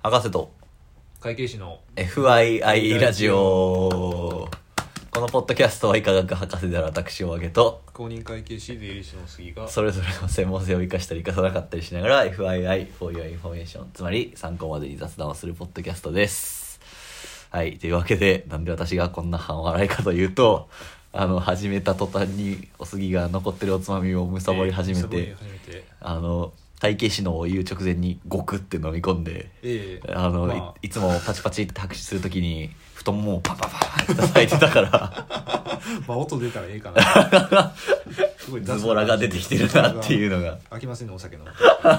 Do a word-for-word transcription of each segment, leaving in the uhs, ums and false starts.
博士と会計士のエフアイアイ ラジオ。このポッドキャストは医科学博士である私を挙げと公認会計士税理士の杉がそれぞれの専門性を生かしたり生かさなかったりしながら エフアイアイ for your information つまり参考までに雑談をするポッドキャストです。はい、というわけでなんで私がこんな半笑いかというと、あの始めた途端にお杉が残ってるおつまみをむさぼり始めて、 えー、始めてあの会計士のを言う直前にゴクって飲み込んで、 えー、 あの、 まあ、 い, いつもパチパチって拍手するときに太ももをパンパンパンって叩いてたからまあ音出たらええかなすごいズボラが出てきてるなっていうのが飽きませんねお酒のい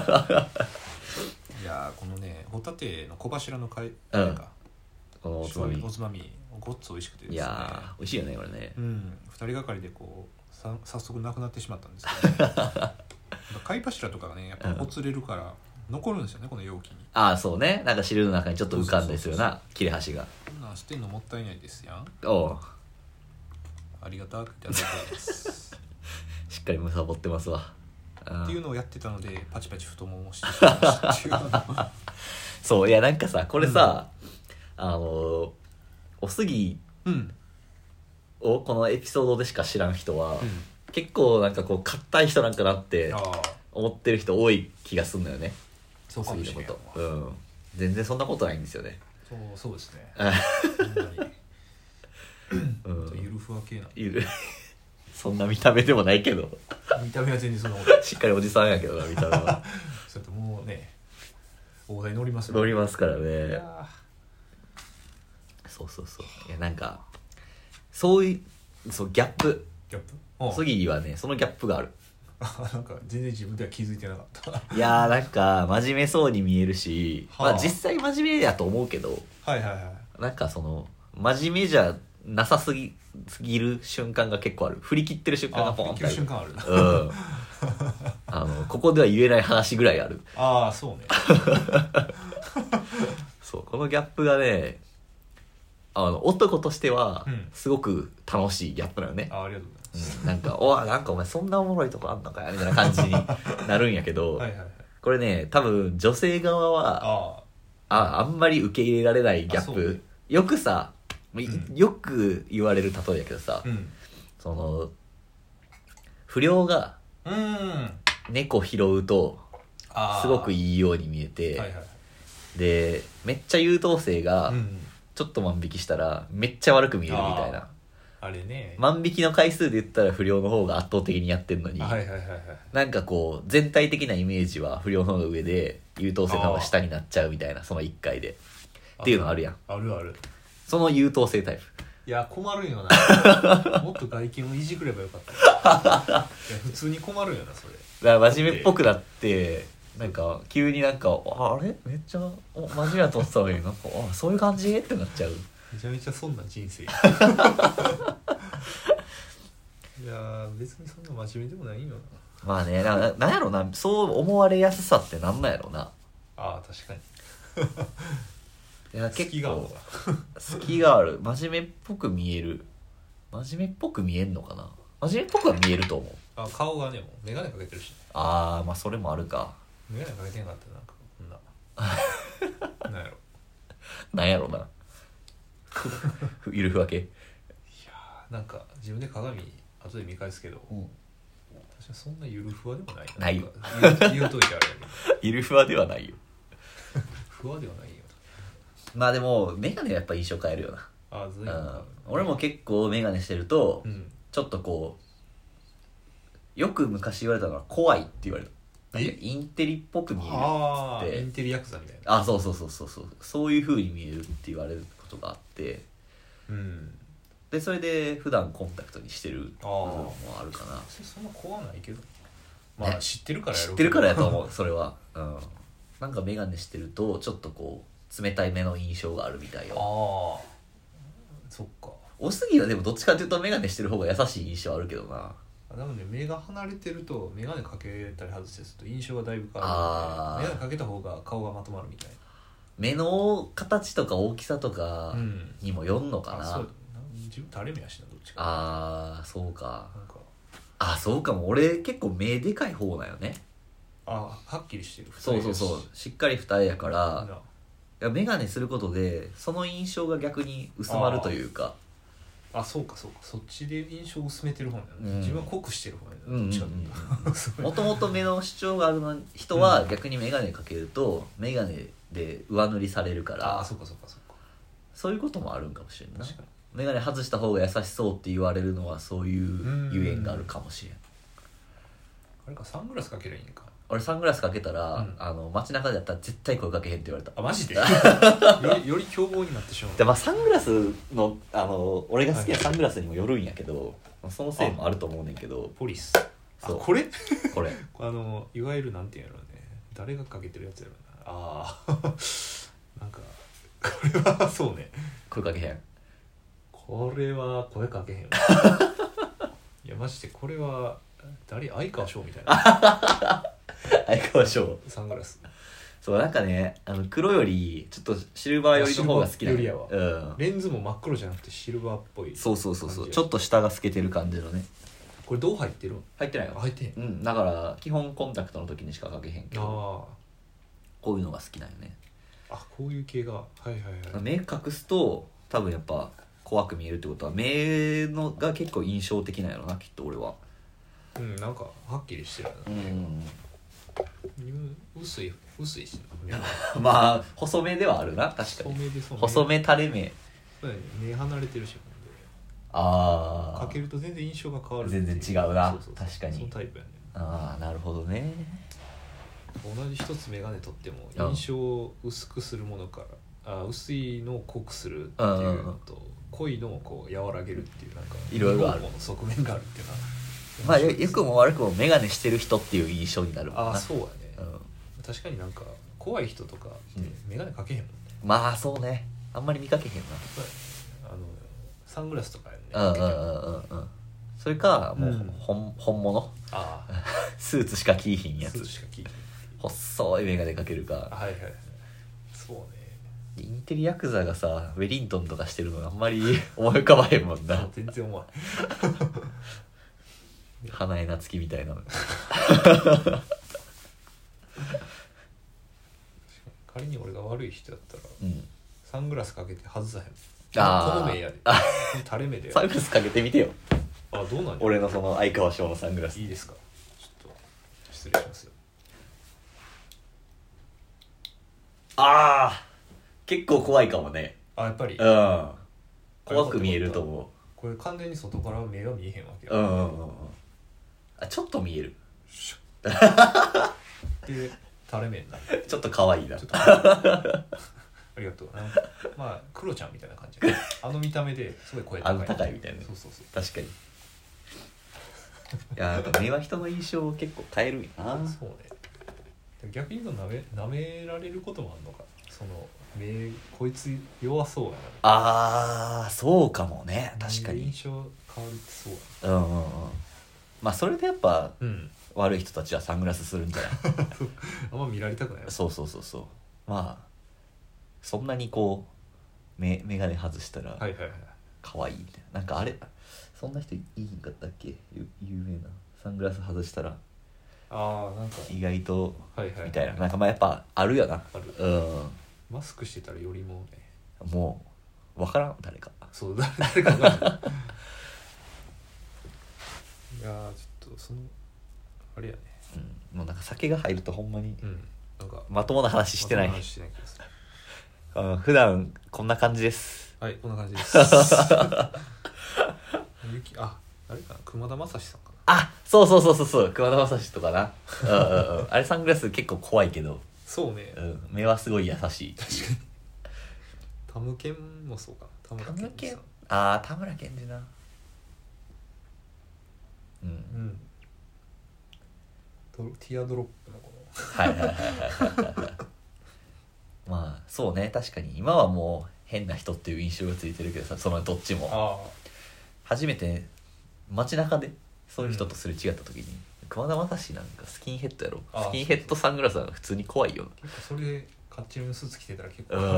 やこのねホタテの小柱の貝、 うん、 かこのおつまみおつまみごっつ美味しくてですね、 いやー美味しいよねこれね。 うんふたりがかりでこうさ早速なくなってしまったんですけど、ね貝柱とかがねやっぱほつれるから残るんですよね、うん、この容器に。 ああそうね、なんか汁の中にちょっと浮かんだりするな切れ端が。 こんなんしてんのもったいないですやん。 おうありがたくいただいてますしっかりむさぼってますわ。 っていうのをやってたのでパチパチ太ももをしてしまいましたっていうのそういやなんかさこれさ、うん、あのおすぎをこのエピソードでしか知らん人は、うん、結構なんかこう硬い人なんかなって思ってる人多い気がするのよね。 そうかもしれない。 うん、全然そんなことないんですよね。 そうそうですねほんまにうん、ゆるふわ系なゆるそんな見た目でもないけど見た目は全然そんなことしっかりおじさんやけどな見た目はそうやってもうね大台乗りますよね乗りますからね。 いやそうそうそういやなんかそういうそうギャップギャップ次はねそのギャップがあるなんか全然自分では気づいてなかったいやーなんか真面目そうに見えるし、 はあ、 まあ実際真面目やと思うけど、 はいはいはいなんかその真面目じゃなさすぎすぎる瞬間が結構ある。振り切ってる瞬間がポンってある。 瞬間あるうんあのここでは言えない話ぐらいある。 ああそうねそうこのギャップがねあの男としてはすごく楽しいギャップなのね、 うん、あありがとうございます、 うん、なんかおなんかお前そんなおもろいとこあんのかよみたいな感じになるんやけどはいはい、はい、 これね多分女性側はあああんまり受け入れられないギャップ。よくさ、うん、よく言われる例えやけどさ、うん、その不良が猫拾うとすごくいいように見えて、はいはい、でめっちゃ優等生がちょっと万引きしたらめっちゃ悪く見えるみたいな。 あれね、 万引きの回数で言ったら不良の方が圧倒的にやってんのに、 はいはいはいはい、 なんかこう全体的なイメージは不良の方が上で優等生の方が下になっちゃうみたいな、そのいっかいでっていうのあるやん。 あるある。 その優等生タイプ。 いや困るんよなもっと外見をいじくればよかったいや普通に困るんよなそれ。 だから真面目っぽくなってなんか急になんかあれめっちゃ真面目やと思ってたのになんかあそういう感じってなっちゃう。 めちゃめちゃそんな人生いや別にそんな真面目でもないよな。 まあね な, なんやろなそう思われやすさってなんなんやろな。 ああ確かにいや結構隙があるわ隙がある。真面目っぽく見える。真面目っぽく見えんのかな。真面目っぽくは見えると思う。 あ顔がねもう眼鏡かけてるし、ね、 ああまあそれもあるか。 眼鏡かけてんかったらなんかこんななんやろなんやろなゆるふわけ。いやなんか自分で鏡後で見返すけど、うん、確かにそんなゆるふわでもないな。 ないよ言うといてあれやけどゆるふわではないよふわではないよ。 まあでもメガネはやっぱ印象変えるよな。 あずいぶん、うん、 俺も結構メガネしてると、うん、ちょっとこうよく昔言われたのは怖いって言われる。インテリっぽく見えるって。 あインテリヤクザみたいな。あそうそうそうそうそうそういう風に見えるって言われることがあって、うん、でそれで普段コンタクトにしてる部分もあるかな。 そんな怖ないけどまあ、ね、知ってるからやろう知ってるからやと思うそれは、うん、なんかメガネしてるとちょっとこう冷たい目の印象があるみたいよ。 ああそっか。 おすぎはでもどっちかというとメガネしてる方が優しい印象あるけどな。 なので目が離れてると眼鏡かけたり外したりすると印象がだいぶ変わるので眼鏡かけた方が顔がまとまるみたいな。 目の形とか大きさとかにもよんのかな、うん、 そう自分垂れ目やしなどっちか。 ああそうか。なんかあそうかも。俺結構目でかい方だよね。 あはっきりしてる。 そうそうそうしっかり二重やからや眼鏡することでその印象が逆に薄まるというか。 ああそうかそうか、そっちで印象を薄めてる方なんだ、ね、うん、自分は濃くしてる方なんだ、どっちかってもともと目の主張がある人は逆に眼鏡かけると眼鏡で上塗りされるから、 ああそうかそうかそうか、 そういうこともあるんかもしれんない。眼鏡外した方が優しそうって言われるのはそういうゆえんがあるかもしれん。 あれか、サングラスかけりゃいいんか。 俺サングラスかけたら、うん、あの街中でやったら絶対声かけへんって言われた。 あマジでよりより凶暴になってしまう。 で、まあ、サングラスのあの俺が好きなサングラスにもよるんやけど、はい、そのせいもあると思うねんけど、 ポリス、 そうこれこれあのいわゆるなんていうんやろうね、誰がかけてるやつやろうな、ああなんかこれはそうね、 声かけへん、 これは声かけへんわいやマジでこれは誰、相川翔みたいな相川翔サングラス、 そうなんかね、あの黒よりちょっとシルバー寄りの方が好きなのよ、うん、レンズも真っ黒じゃなくてシルバーっぽい、 そうそうそうそう、ちょっと下が透けてる感じのね。 これどう入ってる？ 入ってないよ。 入ってへん、 うん、だから基本コンタクトの時にしかかけへんけど、あこういうのが好きなんよね。 あ、こういう系が、はいはいはい。 目隠すと多分やっぱ怖く見えるってことは目のが結構印象的なんやろな、きっと俺は。 うん、なんかはっきりしてるな、うん、薄い薄いしまあ細めではあるな、確かに細めでそう、細め垂れ目、 そうやね、目離れてるし、 ああかけると全然印象が変わる、 全然違うな、そうそうそう、確かにそのタイプやね。 ああなるほどね。 同じ一つ眼鏡取っても印象を薄くするものから、あ薄いのを濃くするっていうのと、濃いのをこう和らげるっていう、なんかいろいろある側面があるっていうのは、 まあよくも悪くも眼鏡してる人っていう印象になるもんな。 あそうやね、うん、確かになんか怖い人とかって眼鏡かけへんもんね、 うん、まあそうね、あんまり見かけへんな、 あのサングラスとかやね、 うんうんうんうん、それかもう、うん、本, 本物あスーツしか着いひんやつ、 スーツしか着いひん、 細い眼鏡かけるか、 はいはいはい、そうね、 インテリヤクザがさウェリントンとかしてるのあんまり思い浮かばへんもんな全然思わない花江夏樹みたいな仮に俺が悪い人だったら、 うん、 サングラスかけて外さへん、 あこの目やで垂れ目でサングラスかけてみてよ。 あどうなん俺のその相川翔のサングラスいいですか、ちょっと失礼しますよ。 ああ結構怖いかもね。 あやっぱりうん怖く見えると思う。 これ完全に外から目が見えへんわけや、うんうんうん、あちょっと見えるで垂れ目になるちょっと可愛いなありがとう。なんかまあクロちゃんみたいな感じあの見た目ですごい声高い、 あの高いみたいな、 そうそうそう、 確かにいやなんか目は人の印象を結構変えるんやなそうね。逆に言うとなめ、なめられることもあるのか、その目こいつ弱そうやな、 あーそうかもね、確かに印象変わるってそうやな、うんうんうん、まあそれでやっぱ、 うん、 悪い人たちはサングラスするんじゃないあんま見られたくない。 そうそうそうそう、まあそんなにこう目眼鏡外したら可愛いみたいな、なんかあれそんな人いいんかったっけ、有名なサングラス外したらあーなんか意外と、 はいはいはい、 みたいな、なんかまあやっぱあるよな、 ある、 うん、 マスクしてたらよりもね、 もう分からん誰か、 そう誰か分からんいやちょっとそのあれやね、 うん、もうなんか酒が入るとほんまに、 うん、なんかまともな話してない、 まともな話してない気がするうん、普段こんな感じです。 はいこんな感じですゆきああれかな、熊田正史さんかな、 あそうそうそうそうそう、熊田正史とかなうんうん、うん、あれサングラス結構怖いけど、 そうね、 うん、目はすごい優しい。 確かにタムケンもそうかな、田村健さん、 ああ田村健二な、うん、うん、 ティアドロップのこのはいはいはいはいはいまあそうね、確かに今はもう変な人っていう印象がついてるけどさ、そのどっちもあ初めて街中でそういう人とすれ違った時に、うん、熊田正史なんかスキンヘッドやろ、スキンヘッドサングラスは普通に怖いよ。 結構それでカッチリのスーツ着てたら結構うんいや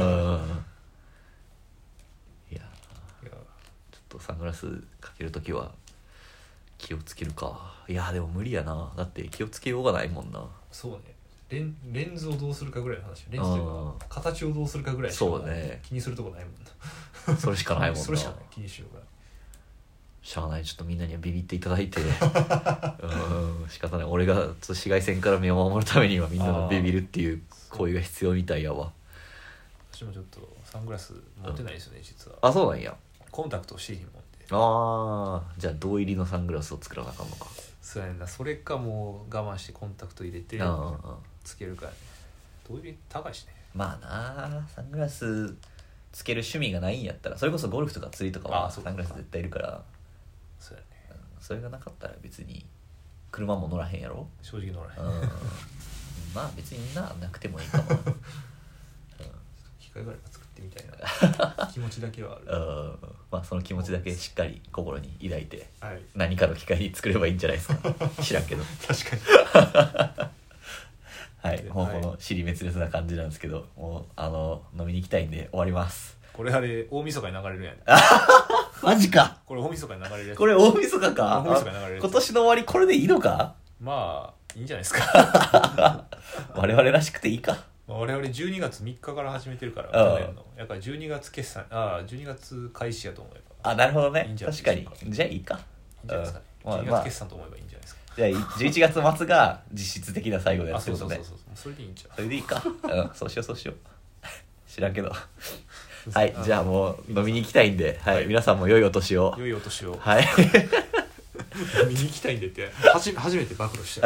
いやちょっとサングラスかけるときは気をつけるか。いやでも無理やな、だって気をつけようがないもんな。 そうね、 レンレンズをどうするかぐらいの話。レンズというか形をどうするかぐらいしかそうね気にするとこないもんなそれしかないもんなそれしかない気にしようがしゃあない。ちょっとみんなにはビビっていただいてうん仕方ない。俺が紫外線から目を守るためにはみんなのビビるっていう行為が必要みたいやわ。 私もちょっとサングラス持ってないですよね、うん、実は。 あ、そうなんや。 コンタクトをしていいもんで。 ああ、じゃあ銅入りのサングラスを作らなあかんのか。 そうやねんな。それかもう我慢してコンタクト入れてつけるからね。銅入り高いしね。 まあな、サングラスつける趣味がないんやったら、それこそゴルフとか釣りとかはサングラス絶対いるから。 そうやね、 うん、それがなかったら別に車も乗らへんやろ。 正直乗らへん、 うん、まあ別にななくてもいいかも、うん、 機械ぐらい作ってみたいな気持ちだけはある、 うん、まあその気持ちだけしっかり心に抱いて、 はい、 何かの機会に作ればいいんじゃないですか知らんけど確かにはい、もうこの尻滅裂な感じなんですけど、もうあの飲みに行きたいんで終わります。 これあれ大晦日に流れるやんマジか。 これ大晦日に流れるやつ。 これ大晦日か。 大晦日に流れるやつ。 今年の終わりこれでいいのか。 まあいいんじゃないですか我々らしくていいか。 まあ、我々じゅうにがつみっかから始めてるから去年のやからじゅうにがつ決算、ああじゅうにがつ開始やと思えば。 あ、なるほどね。 いいんじゃない確かに。じゃあいいか。 いいんじゃないですかね、 うん、 じゅうにがつ決算と思えばいいんじゃないですか。 じゃあじゅういちがつまつが実質的な最後のやつってことで。 あ、そうそうそうそう、それでいいんちゃう。 それでいいか。うん、そうしようそうしよう。知らんけど。はい、じゃあもう飲みに行きたいんで、はい、はい、皆さんも良いお年を。 良いお年を。 はい。 飲みに行きたいんでって初めて暴露した。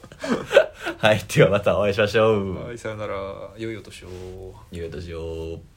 はい、ではまたお会いしましょう。 はい、さよなら。良いお年を。 良いお年を。